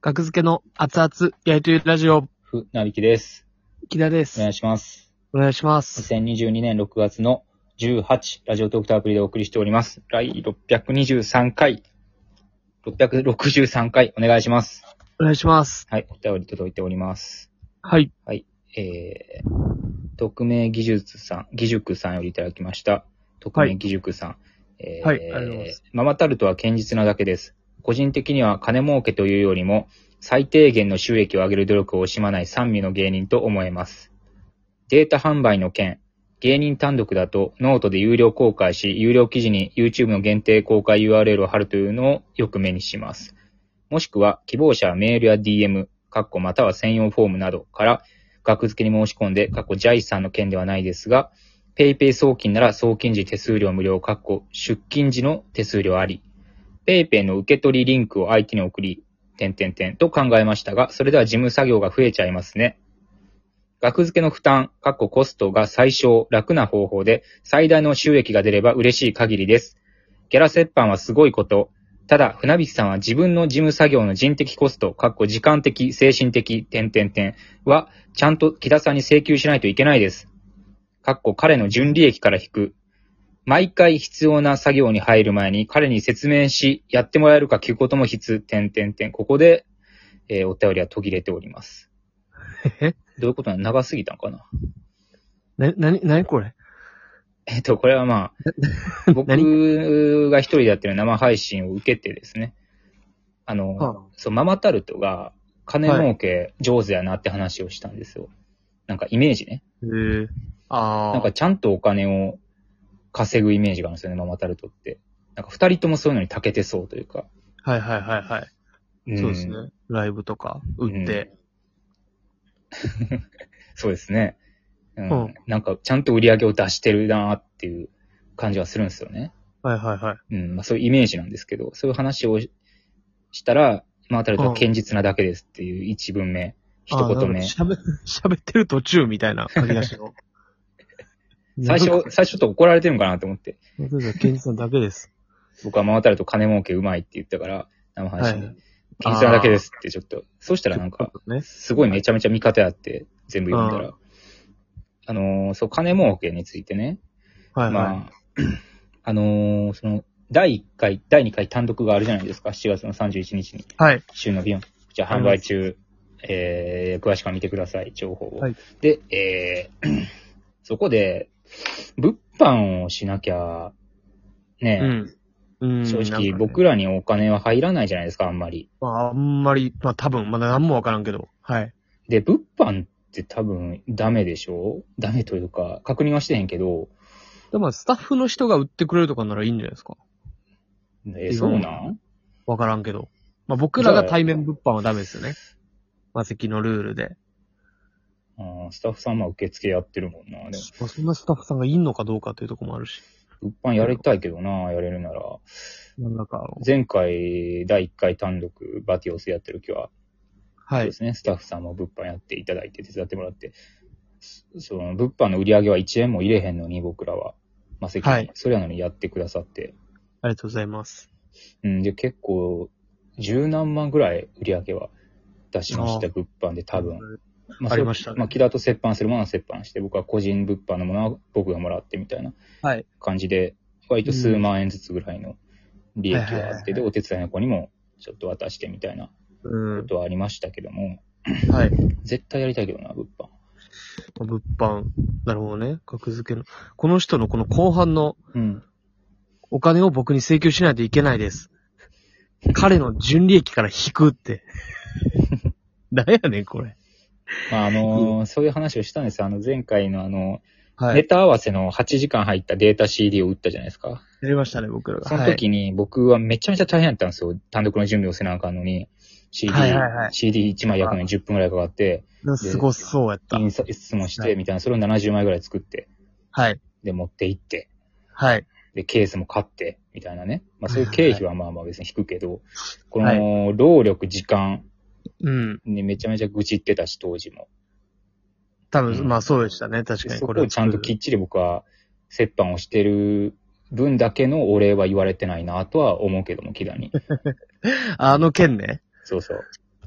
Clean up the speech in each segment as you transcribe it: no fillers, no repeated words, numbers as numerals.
学付けの熱々やりとりラジオ、 なびきです。 木田です。 お願いします。 お願いします。 2022年6月の18、ラジオトークターアプリでお送りしております。第623回、663回、お願いします。 お願いします。 はい、お便り届いております。 はい。 はい、匿名技塾さんよりいただきました。匿名技塾さん。 はい、ありがとうございます。 ママタルトは堅実なだけです。個人的には金儲けというよりも、最低限の収益を上げる努力を惜しまない三味の芸人と思えます。データ販売の件、芸人単独だとノートで有料公開し、有料記事に YouTube の限定公開 URL を貼るというのをよく目にします。もしくは希望者はメールや DM、または専用フォームなどから額付けに申し込んで、ジャイさんの件ではないですが、PayPay 送金なら送金時手数料無料、出金時の手数料あり、PayPay の受け取りリンクを相手に送り、と考えましたが、それでは事務作業が増えちゃいますね。額付けの負担、コストが最小、楽な方法で最大の収益が出れば嬉しい限りです。ギャラ折半はすごいこと。ただ、船引さんは自分の事務作業の人的コスト、時間的、精神的、は、ちゃんと木田さんに請求しないといけないです。彼の純利益から引く。毎回必要な作業に入る前に彼に説明し、やってもらえるか聞くことも必須、ここで、お便りは途切れております。どういうことなの？長すぎたんかな？ なにこれ？ これはまあ、僕が一人でやってる生配信を受けてですね、ママタルトが金儲け上手やなって話をしたんですよ。なんかイメージね。なんかちゃんとお金を稼ぐイメージがあるんですよね、ママタルトって。なんか二人ともそういうのに長けてそうというか。 はい。そうですね。ライブとか売って。 そうですね。なんかちゃんと売り上げを出してるなっていう感じはするんですよね。 はい。 そういうイメージなんですけど、そういう話をしたら、ママタルトは堅実なだけですっていう一文目、一言目。 喋ってる途中みたいな書き出しの。 最初ちょっと怒られてるのかなと思って。 堅実なだけです。 僕はママタルト金儲けうまいって言ったから、生配信で。堅実なだけですってちょっと。そうしたらなんか、すごいめちゃめちゃ見方やって、全部読んだら。金儲けについてね。第2回単独があるじゃないですか。7月の31日に。 はい。 週のビヨン。じゃあ販売中、詳しくは見てください、情報を。 はい。 で、そこで、物販をしなきゃ、ね、正直僕らにお金は入らないじゃないですか、あんまり。 あんまり、多分、まだ何もわからんけど。はい。 で、物販って多分ダメでしょ？ダメというか、確認はしてへんけど。 でも、スタッフの人が売ってくれるとかならいいんじゃないですか。 そうなん？ わからんけど。僕らが対面物販はダメですよね。マセキのルールで。 スタッフさんは受付やってるもんな。でもそんなスタッフさんがいんのかどうかというところもあるし。 物販やりたいけどな、やれるなら。 なんだか。 前回、第1回単独、バティオスやってる時は、 はい。 そうですね、スタッフさんも物販やっていただいて手伝ってもらって、その物販の売り上げは1円も入れへんのに僕らは、マセキに、それやのにやってくださって。 ありがとうございます。 で、結構、十何万ぐらい売り上げは出しました、物販で多分。 ありましたね。 木田と折半するものは折半して、僕は個人物販のものは僕がもらってみたいな感じで、割と数万円ずつぐらいの利益があって、で、お手伝いの子にもちょっと渡してみたいなことはありましたけども、 はい。 絶対やりたいけどな、物販。 物販。なるほどね。格付けの。この人のこの後半の、お金を僕に請求しないといけないです。彼の純利益から引くって。なんやねん、これ。 そういう話をしたんですよ。前回のネタ合わせの8時間入ったデータ CD を打ったじゃないですか。 やりましたね、僕らが。 その時に僕はめちゃめちゃ大変だったんですよ。単独の準備をせなあかんのに。CD1 枚焼くのに10分くらいかかって。 すごそうやった。 印刷もして、みたいな。それを70枚くらい作って。 はい。 で、持って行って。 はい。 で、ケースも買って、みたいなね。そういう経費はまあ別に引くけど、この、労力、時間、にめちゃめちゃ愚痴ってたし、当時も。 多分、そうでしたね、確かに。 そこをちゃんときっちり僕は、折半をしてる分だけのお礼は言われてないなとは思うけども、木田に。 あの件ね。 そうそう。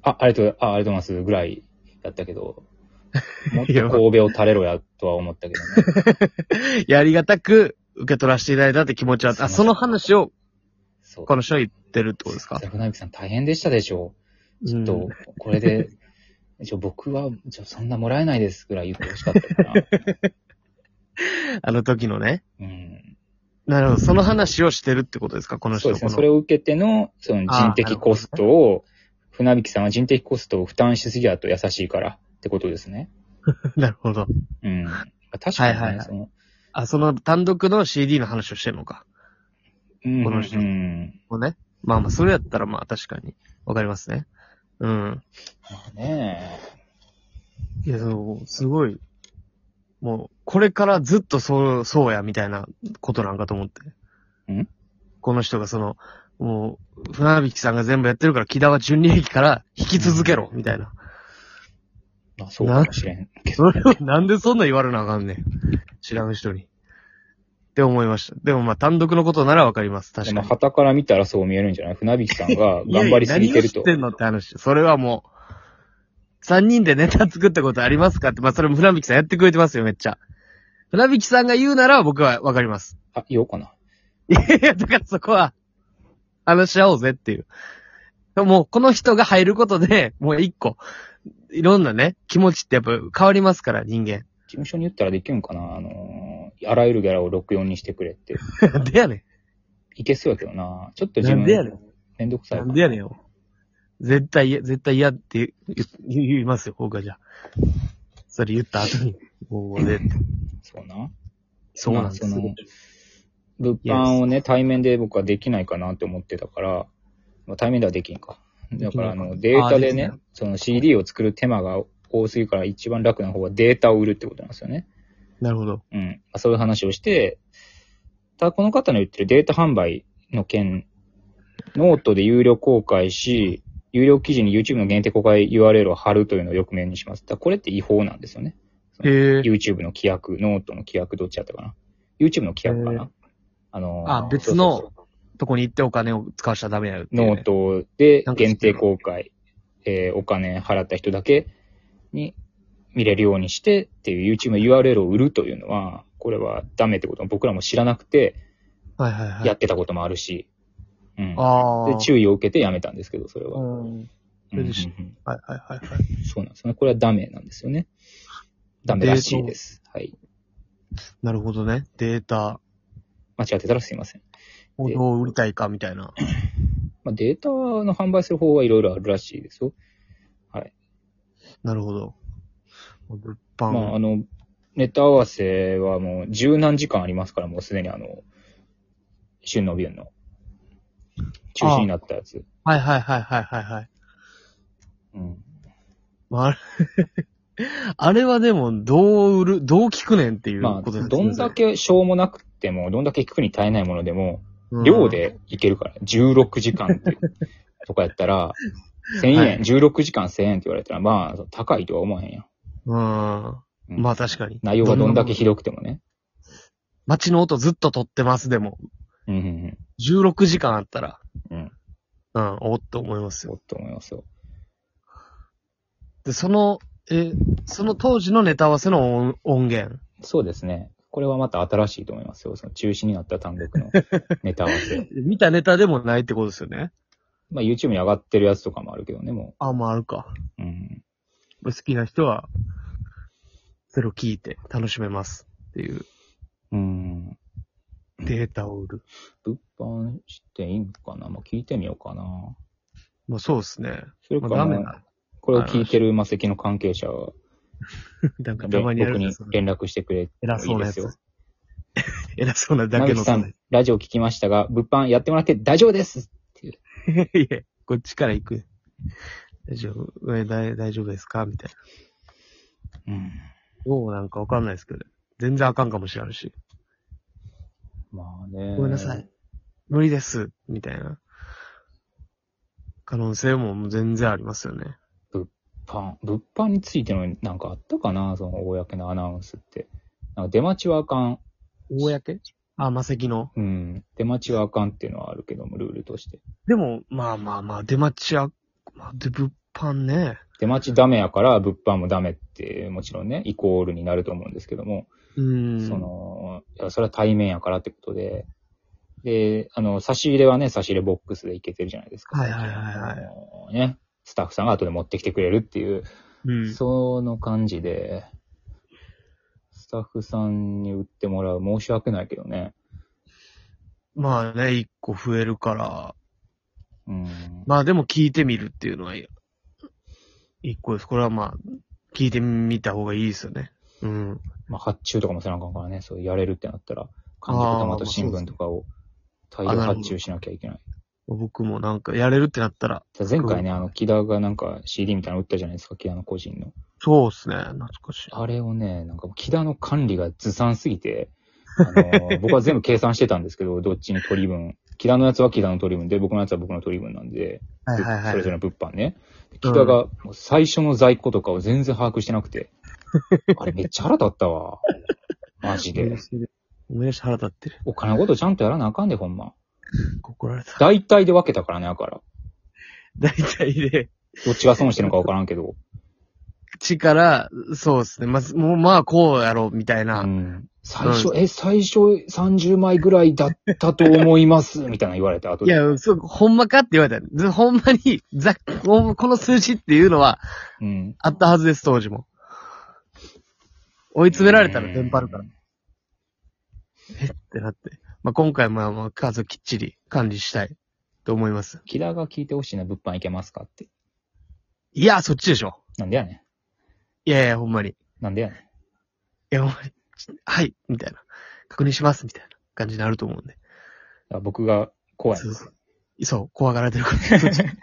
ありがとうございますぐらいだったけど、もっと神戸を垂れろやとは思ったけどね。 いや、ありがたく受け取らせていただいたって気持ちはあった。その話を、この人は言ってるってことですか？ 船木さん大変でしたでしょう。ちょっと、これで、僕は、そんなもらえないですぐらい言ってほしかったかな。 あの時のね。 うん。 なるほど。その話をしてるってことですか、この人。 そうですね。それを受けての、その人的コストを、船引さんは人的コストを負担しすぎだと優しいからってことですね。 なるほど。 うん。確かにね、 はいはい、その単独の CD の話をしてるのか。 うん。 この人。もね。まあ、それやったらまあ確かに。わかりますね。うん。 まあね。 いや、すごい。もう、これからずっとそうや、みたいなことなんかと思って。この人がもう、船引さんが全部やってるから、木田は純利益から引き続けろ、みたいな。 まあ、そうかもしれんけど。 それをなんでそんな言われなあかんねん。知らん人に。って思いました。でもまあ、単独のことならわかります。確かに。 旗から見たらそう見えるんじゃない船引さんが頑張りすぎてると。 何を知ってんのって話。それはもう、3人でネタ作ったことありますかって、まあ、それも船引さんやってくれてますよ、めっちゃ。船引さんが言うなら僕はわかります。 言おうかな。 いや、だからそこは、話し合おうぜっていう。もう、この人が入ることで、もう一個、いろんなね、気持ちってやっぱ変わりますから、人間。 事務所に言ったらできるんかなあらゆるギャラを64にしてくれって。 なんでやねん。いけそうやけどな。ちょっと自分。なんでやねん。 めんどくさい。 なんでやねんよ。絶対嫌って言いますよ、僕はじゃあ。それ言った後に、もうねって。 そうな。 そうなんですよ。 物販をね、対面で僕はできないかなって思ってたから、まあ、対面ではできんか。だからデータでね、その CD を作る手間が多すぎるから一番楽な方はデータを売るってことなんですよね。 なるほど。 うん。そういう話をして、ただこの方の言ってるデータ販売の件、ノートで有料公開し、有料記事に YouTube の限定公開 URL を貼るというのをよく目にします。これって違法なんですよね。YouTube の規約、ノートの規約どっちやったかな。YouTube の規約かな。 別のとこに行ってお金を使わしちゃダメやよっていう、 ノートで限定公開、お金払った人だけに見れるようにしてっていう YouTube の URL を売るというのは、これはダメってことも僕らも知らなくて、やってたこともあるし、うん。で、注意を受けてやめたんですけど、それは。はい。そうなんですね。これはダメなんですよね。ダメらしいです。はい。 なるほどね。データ。 間違ってたらすいません。 どう売りたいかみたいな。 まあ、データの販売する方法はいろいろあるらしいですよ。はい。 なるほど。物販。 まあ、ネタ合わせはもう十何時間ありますから、もうすでに旬のビュンの中止になったやつ。 はい。うん。まあ、あれはでも、どう聞くねんっていうことですね。 まあ、どんだけしょうもなくても、どんだけ聞くに耐えないものでも、量でいけるから、16時間ってとかやったら、1000円、はい、16時間1000円って言われたら、まあ、高いとは思わへんやん。 まあ確かに。 内容がどんだけひどくてもね。 街の音ずっと撮ってますでも。16時間あったら。おっと思いますよ。 おっと思いますよ。 で、その当時のネタ合わせの音源。 そうですね。これはまた新しいと思いますよ。その中止になった単独のネタ合わせ。 見たネタでもないってことですよね。 まあ YouTube に上がってるやつとかもあるけどね、もう。 まああるか。好きな人は、それを聞いて楽しめますっていう。データを売る。 物販していいんかな、まあ聞いてみようかな。 まあそうですね。 それかダメな。これを聞いてる魔石の関係者は、 なんかたまに僕に連絡してくれてもいいですよ。 偉そうなだけの。 さん、ラジオ聞きましたが、物販やってもらって大丈夫ですっていう。 いや、こっちから行く。大丈夫ですかみたいな。どうなんかわかんないですけど、全然あかんかもしれないし。 まあね。 ごめんなさい。無理です。みたいな。可能性も全然ありますよね。 物販についてのなんかあったかな、その公のアナウンスって。なんか出待ちはあかん。 公？魔石の。 出待ちはあかんっていうのはあるけども、ルールとして。 でも、まあ、出待ちは、物販ね。 出待ちダメやから物販もダメってもちろんね、イコールになると思うんですけども、それは対面やからってことで、で、差し入れはね、差し入れボックスでいけてるじゃないですか。 はいはいはいはい。 ね、スタッフさんが後で持ってきてくれるっていう、その感じで、スタッフさんに売ってもらう申し訳ないけどね。 まあね、一個増えるから。まあでも聞いてみるっていうのは、一個です。これはまあ、聞いてみた方がいいですよね。 まあ発注とかもせなあかんからね、そうやれるってなったら、漢字たまた新聞とかを大量発注しなきゃいけない。 僕もなんかやれるってなったら。 前回ね、木田がなんか CD みたいなの売ったじゃないですか、木田の個人の。 そうですね、懐かしい。 あれをね、なんか木田の管理がずさんすぎて、僕は全部計算してたんですけど、どっちに取り分。木田のやつは木田の取り分で、僕のやつは僕の取り分なんで、 はいはいはい、 それぞれの物販ね。木田が最初の在庫とかを全然把握してなくて、あれめっちゃ腹立ったわ。マジで。 思い出して腹立ってる。 お金のことちゃんとやらなあかんで、ほんま。 怒られた。 大体で分けたからね、だから。 大体で。 どっちが損してるのか分からんけど。 力、そうですね。まあ、こうやろう、みたいな。 最初30枚ぐらいだったと思います、みたいな言われた後で。 いや、ほんまかって言われた。ほんまに、この数字っていうのは、あったはずです、当時も。追い詰められたらテンパるから。ってなって。まあ、今回も数きっちり管理したいと思います。 木田が聞いてほしいな、物販いけますかって。 いや、そっちでしょ。 なんでやねん。いやいや、ほんまに。 なんでやねん。いや、ほんまに。はい、みたいな。確認します、みたいな感じになると思うんで。 僕が怖いんです。 そう、怖がられてるから。